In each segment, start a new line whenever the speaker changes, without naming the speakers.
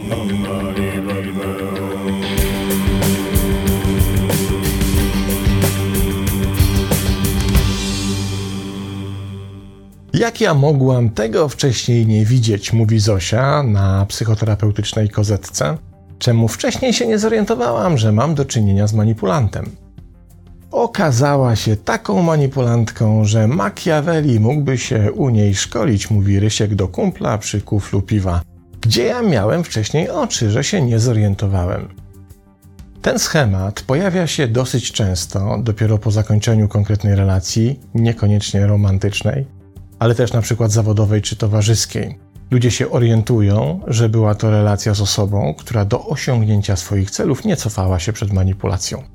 Jak ja mogłam tego wcześniej nie widzieć, mówi Zosia na psychoterapeutycznej kozetce. Czemu wcześniej się nie zorientowałam, że mam do czynienia z manipulantem? Okazała się taką manipulantką, że Machiavelli mógłby się u niej szkolić, mówi Rysiek do kumpla przy kuflu piwa. Gdzie ja miałem wcześniej oczy, że się nie zorientowałem? Ten schemat pojawia się dosyć często, dopiero po zakończeniu konkretnej relacji, niekoniecznie romantycznej, ale też na przykład zawodowej czy towarzyskiej. Ludzie się orientują, że była to relacja z osobą, która do osiągnięcia swoich celów nie cofała się przed manipulacją.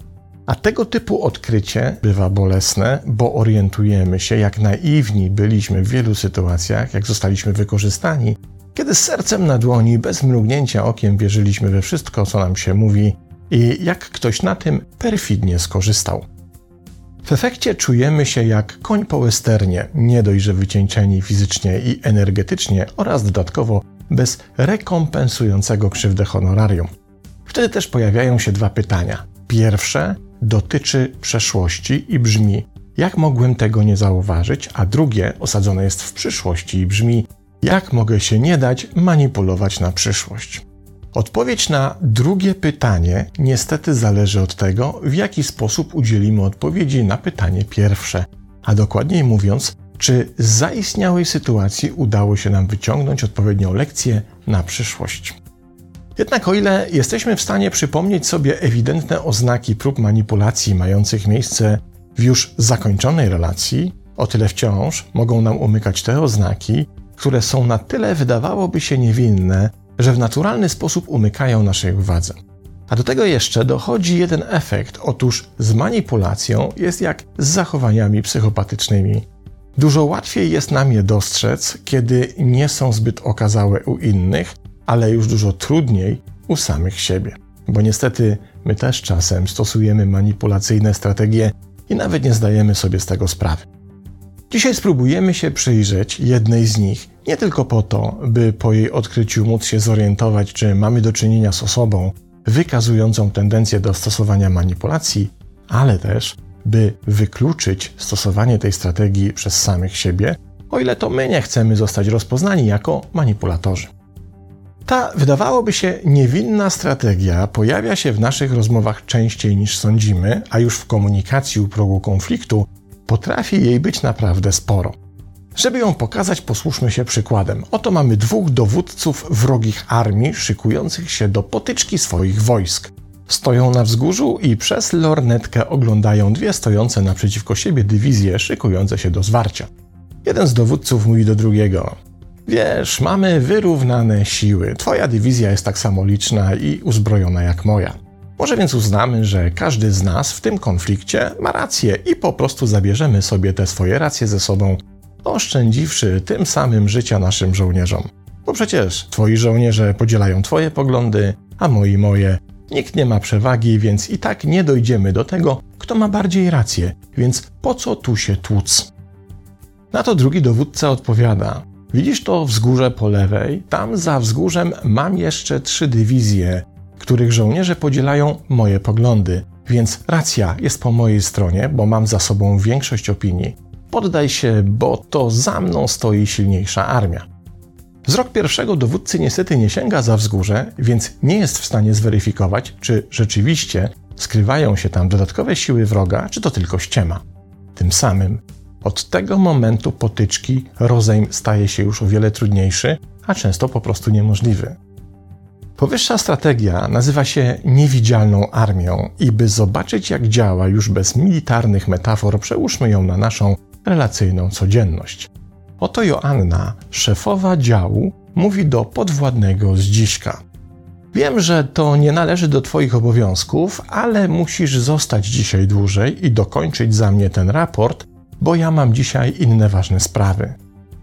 A tego typu odkrycie bywa bolesne, bo orientujemy się, jak naiwni byliśmy w wielu sytuacjach, jak zostaliśmy wykorzystani, kiedy z sercem na dłoni, bez mrugnięcia okiem wierzyliśmy we wszystko, co nam się mówi i jak ktoś na tym perfidnie skorzystał. W efekcie czujemy się jak koń po westernie, nie dość, że wycieńczeni fizycznie i energetycznie oraz dodatkowo bez rekompensującego krzywdę honorarium. Wtedy też pojawiają się dwa pytania. Pierwsze dotyczy przeszłości i brzmi: jak mogłem tego nie zauważyć? A drugie osadzone jest w przyszłości i brzmi: jak mogę się nie dać manipulować na przyszłość? Odpowiedź na drugie pytanie niestety zależy od tego, w jaki sposób udzielimy odpowiedzi na pytanie pierwsze, a dokładniej mówiąc, czy z zaistniałej sytuacji udało się nam wyciągnąć odpowiednią lekcję na przyszłość. Jednak o ile jesteśmy w stanie przypomnieć sobie ewidentne oznaki prób manipulacji mających miejsce w już zakończonej relacji, o tyle wciąż mogą nam umykać te oznaki, które są na tyle, wydawałoby się, niewinne, że w naturalny sposób umykają naszej uwadze. A do tego jeszcze dochodzi jeden efekt. Otóż z manipulacją jest jak z zachowaniami psychopatycznymi. Dużo łatwiej jest nam je dostrzec, kiedy nie są zbyt okazałe u innych, ale już dużo trudniej u samych siebie. Bo niestety my też czasem stosujemy manipulacyjne strategie i nawet nie zdajemy sobie z tego sprawy. Dzisiaj spróbujemy się przyjrzeć jednej z nich, nie tylko po to, by po jej odkryciu móc się zorientować, czy mamy do czynienia z osobą wykazującą tendencję do stosowania manipulacji, ale też, by wykluczyć stosowanie tej strategii przez samych siebie, o ile to my nie chcemy zostać rozpoznani jako manipulatorzy. Ta, wydawałoby się, niewinna strategia pojawia się w naszych rozmowach częściej niż sądzimy, a już w komunikacji u progu konfliktu potrafi jej być naprawdę sporo. Żeby ją pokazać, posłużmy się przykładem. Oto mamy dwóch dowódców wrogich armii szykujących się do potyczki swoich wojsk. Stoją na wzgórzu i przez lornetkę oglądają dwie stojące naprzeciwko siebie dywizje szykujące się do zwarcia. Jeden z dowódców mówi do drugiego: wiesz, mamy wyrównane siły. Twoja dywizja jest tak samo liczna i uzbrojona jak moja. Może więc uznamy, że każdy z nas w tym konflikcie ma rację i po prostu zabierzemy sobie te swoje racje ze sobą, oszczędziwszy tym samym życia naszym żołnierzom. Bo przecież twoi żołnierze podzielają twoje poglądy, a moi moje. Nikt nie ma przewagi, więc i tak nie dojdziemy do tego, kto ma bardziej rację, więc po co tu się tłuc? Na to drugi dowódca odpowiada: widzisz to wzgórze po lewej? Tam za wzgórzem mam jeszcze 3 dywizje, których żołnierze podzielają moje poglądy, więc racja jest po mojej stronie, bo mam za sobą większość opinii. Poddaj się, bo to za mną stoi silniejsza armia. Wzrok pierwszego dowódcy niestety nie sięga za wzgórze, więc nie jest w stanie zweryfikować, czy rzeczywiście skrywają się tam dodatkowe siły wroga, czy to tylko ściema. Tym samym od tego momentu potyczki rozejm staje się już o wiele trudniejszy, a często po prostu niemożliwy. Powyższa strategia nazywa się niewidzialną armią i by zobaczyć, jak działa już bez militarnych metafor, przełóżmy ją na naszą relacyjną codzienność. Oto Joanna, szefowa działu, mówi do podwładnego Zdziśka: wiem, że to nie należy do twoich obowiązków, ale musisz zostać dzisiaj dłużej i dokończyć za mnie ten raport, bo ja mam dzisiaj inne ważne sprawy.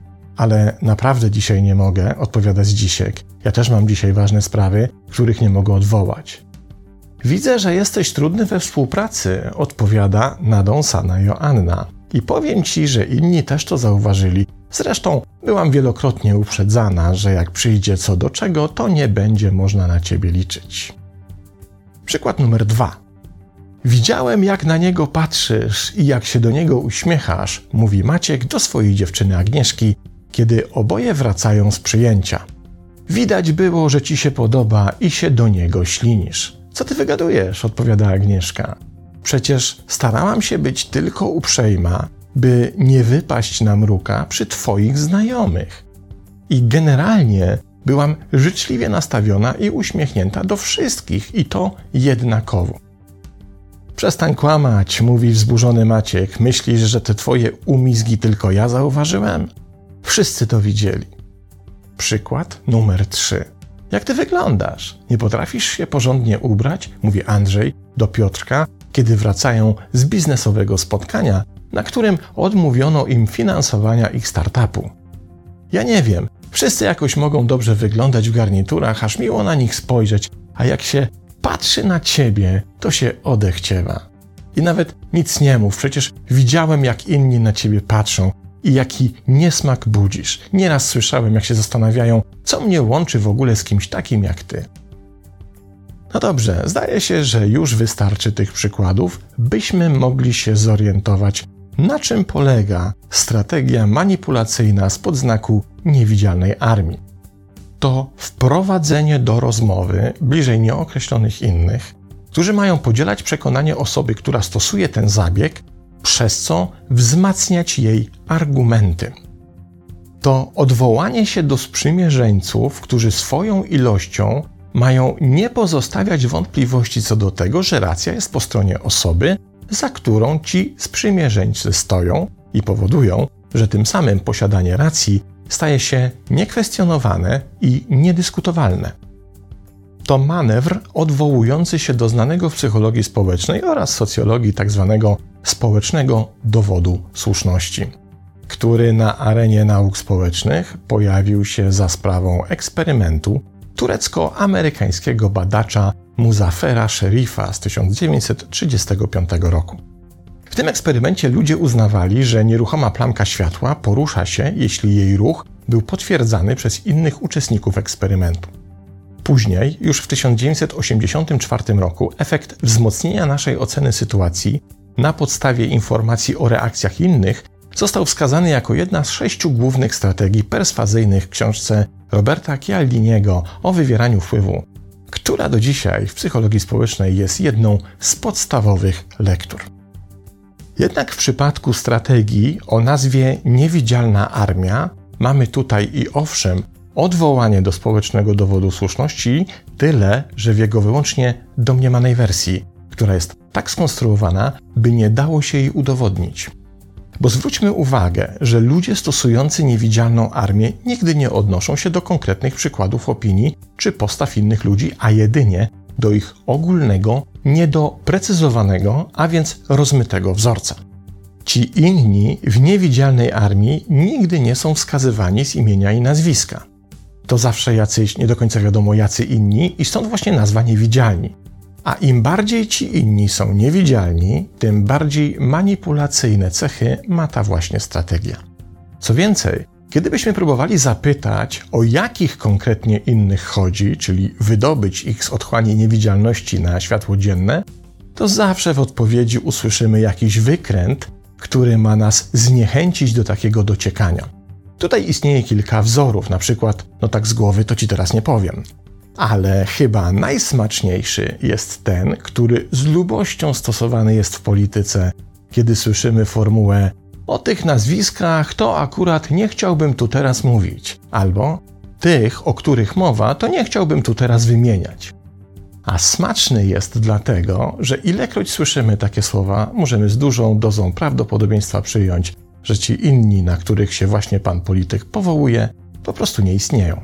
Ale naprawdę dzisiaj nie mogę, odpowiada Zdzisiek. Ja też mam dzisiaj ważne sprawy, których nie mogę odwołać. Widzę, że jesteś trudny we współpracy, odpowiada nadąsana Joanna. I powiem ci, że inni też to zauważyli. Zresztą byłam wielokrotnie uprzedzana, że jak przyjdzie co do czego, to nie będzie można na ciebie liczyć. Przykład numer 2. Widziałem, jak na niego patrzysz i jak się do niego uśmiechasz, mówi Maciek do swojej dziewczyny Agnieszki, kiedy oboje wracają z przyjęcia. Widać było, że ci się podoba i się do niego ślinisz. Co ty wygadujesz? Odpowiada Agnieszka. Przecież starałam się być tylko uprzejma, by nie wypaść na mruka przy twoich znajomych. I generalnie byłam życzliwie nastawiona i uśmiechnięta do wszystkich i to jednakowo. Przestań kłamać, mówi wzburzony Maciek. Myślisz, że te twoje umizgi tylko ja zauważyłem? Wszyscy to widzieli. Przykład numer 3. Jak ty wyglądasz? Nie potrafisz się porządnie ubrać? Mówi Andrzej do Piotrka, kiedy wracają z biznesowego spotkania, na którym odmówiono im finansowania ich startupu. Ja nie wiem, wszyscy jakoś mogą dobrze wyglądać w garniturach, aż miło na nich spojrzeć, a jak się patrzy na ciebie, to się odechciewa. I nawet nic nie mów, przecież widziałem, jak inni na ciebie patrzą i jaki niesmak budzisz. Nieraz słyszałem, jak się zastanawiają, co mnie łączy w ogóle z kimś takim jak ty. No dobrze, zdaje się, że już wystarczy tych przykładów, byśmy mogli się zorientować, na czym polega strategia manipulacyjna spod znaku niewidzialnej armii. To wprowadzenie do rozmowy bliżej nieokreślonych innych, którzy mają podzielać przekonanie osoby, która stosuje ten zabieg, przez co wzmacniać jej argumenty. To odwołanie się do sprzymierzeńców, którzy swoją ilością mają nie pozostawiać wątpliwości co do tego, że racja jest po stronie osoby, za którą ci sprzymierzeńcy stoją i powodują, że tym samym posiadanie racji staje się niekwestionowane i niedyskutowalne. To manewr odwołujący się do znanego w psychologii społecznej oraz socjologii tzw. społecznego dowodu słuszności, który na arenie nauk społecznych pojawił się za sprawą eksperymentu turecko-amerykańskiego badacza Muzaffera Sherifa z 1935 roku. W tym eksperymencie ludzie uznawali, że nieruchoma plamka światła porusza się, jeśli jej ruch był potwierdzany przez innych uczestników eksperymentu. Później, już w 1984 roku, efekt wzmocnienia naszej oceny sytuacji na podstawie informacji o reakcjach innych został wskazany jako jedna z 6 głównych strategii perswazyjnych w książce Roberta Cialdiniego o wywieraniu wpływu, która do dzisiaj w psychologii społecznej jest jedną z podstawowych lektur. Jednak w przypadku strategii o nazwie niewidzialna armia mamy tutaj i owszem odwołanie do społecznego dowodu słuszności, tyle, że w jego wyłącznie domniemanej wersji, która jest tak skonstruowana, by nie dało się jej udowodnić. Bo zwróćmy uwagę, że ludzie stosujący niewidzialną armię nigdy nie odnoszą się do konkretnych przykładów opinii czy postaw innych ludzi, a jedynie do ich ogólnego, niedoprecyzowanego, a więc rozmytego wzorca. Ci inni w niewidzialnej armii nigdy nie są wskazywani z imienia i nazwiska. To zawsze jacyś nie do końca wiadomo jacy inni i stąd właśnie nazwa niewidzialni. A im bardziej ci inni są niewidzialni, tym bardziej manipulacyjne cechy ma ta właśnie strategia. Co więcej, kiedybyśmy próbowali zapytać, o jakich konkretnie innych chodzi, czyli wydobyć ich z otchłani niewidzialności na światło dzienne, to zawsze w odpowiedzi usłyszymy jakiś wykręt, który ma nas zniechęcić do takiego dociekania. Tutaj istnieje kilka wzorów, na przykład, tak z głowy to ci teraz nie powiem. Ale chyba najsmaczniejszy jest ten, który z lubością stosowany jest w polityce, kiedy słyszymy formułę o tych nazwiskach to akurat nie chciałbym tu teraz mówić, albo tych, o których mowa, to nie chciałbym tu teraz wymieniać. A smaczny jest dlatego, że ilekroć słyszymy takie słowa, możemy z dużą dozą prawdopodobieństwa przyjąć, że ci inni, na których się właśnie pan polityk powołuje, po prostu nie istnieją.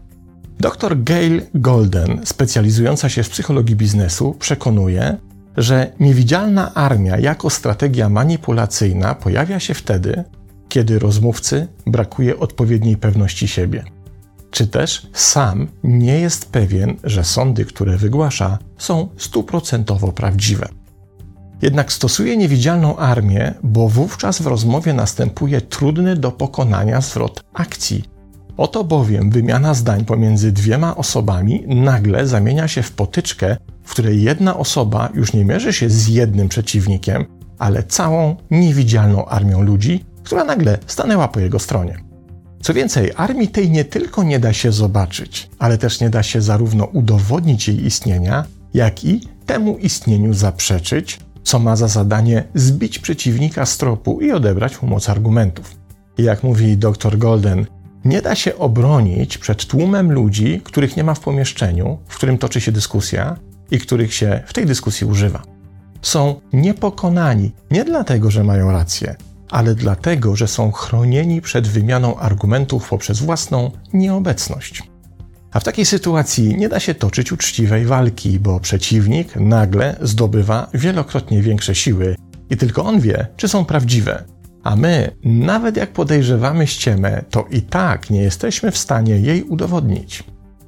Dr Gail Golden, specjalizująca się w psychologii biznesu, przekonuje, że niewidzialna armia jako strategia manipulacyjna pojawia się wtedy, kiedy rozmówcy brakuje odpowiedniej pewności siebie, czy też sam nie jest pewien, że sądy, które wygłasza, są 100% prawdziwe. Jednak stosuje niewidzialną armię, bo wówczas w rozmowie następuje trudny do pokonania zwrot akcji. Oto bowiem wymiana zdań pomiędzy dwiema osobami nagle zamienia się w potyczkę, w której jedna osoba już nie mierzy się z jednym przeciwnikiem, ale całą niewidzialną armią ludzi, która nagle stanęła po jego stronie. Co więcej, armii tej nie tylko nie da się zobaczyć, ale też nie da się zarówno udowodnić jej istnienia, jak i temu istnieniu zaprzeczyć, co ma za zadanie zbić przeciwnika z tropu i odebrać mu moc argumentów. I jak mówi dr Golden, nie da się obronić przed tłumem ludzi, których nie ma w pomieszczeniu, w którym toczy się dyskusja i których się w tej dyskusji używa. Są niepokonani nie dlatego, że mają rację, ale dlatego, że są chronieni przed wymianą argumentów poprzez własną nieobecność. A w takiej sytuacji nie da się toczyć uczciwej walki, bo przeciwnik nagle zdobywa wielokrotnie większe siły i tylko on wie, czy są prawdziwe. A my, nawet jak podejrzewamy ściemę, to i tak nie jesteśmy w stanie jej udowodnić.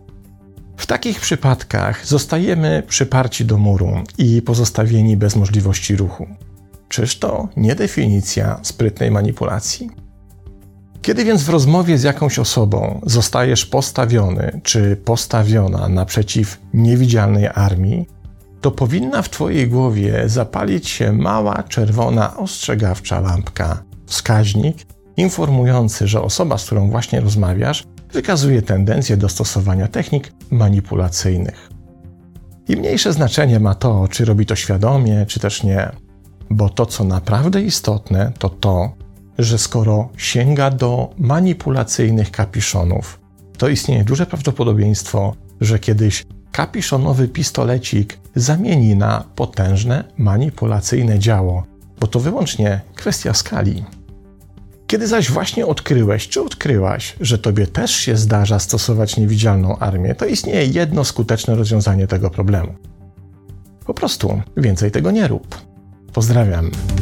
W takich przypadkach zostajemy przyparci do muru i pozostawieni bez możliwości ruchu. Czyż to nie definicja sprytnej manipulacji? Kiedy więc w rozmowie z jakąś osobą zostajesz postawiony czy postawiona naprzeciw niewidzialnej armii, to powinna w twojej głowie zapalić się mała czerwona ostrzegawcza lampka, wskaźnik informujący, że osoba, z którą właśnie rozmawiasz, wykazuje tendencję do stosowania technik manipulacyjnych. I mniejsze znaczenie ma to, czy robi to świadomie, czy też nie, bo to, co naprawdę istotne, to to, że skoro sięga do manipulacyjnych kapiszonów, to istnieje duże prawdopodobieństwo, że kiedyś kapiszonowy pistolecik zamieni na potężne manipulacyjne działo, bo to wyłącznie kwestia skali. Kiedy zaś właśnie odkryłeś czy odkryłaś, że tobie też się zdarza stosować niewidzialną armię, to istnieje jedno skuteczne rozwiązanie tego problemu. Po prostu więcej tego nie rób. Pozdrawiam.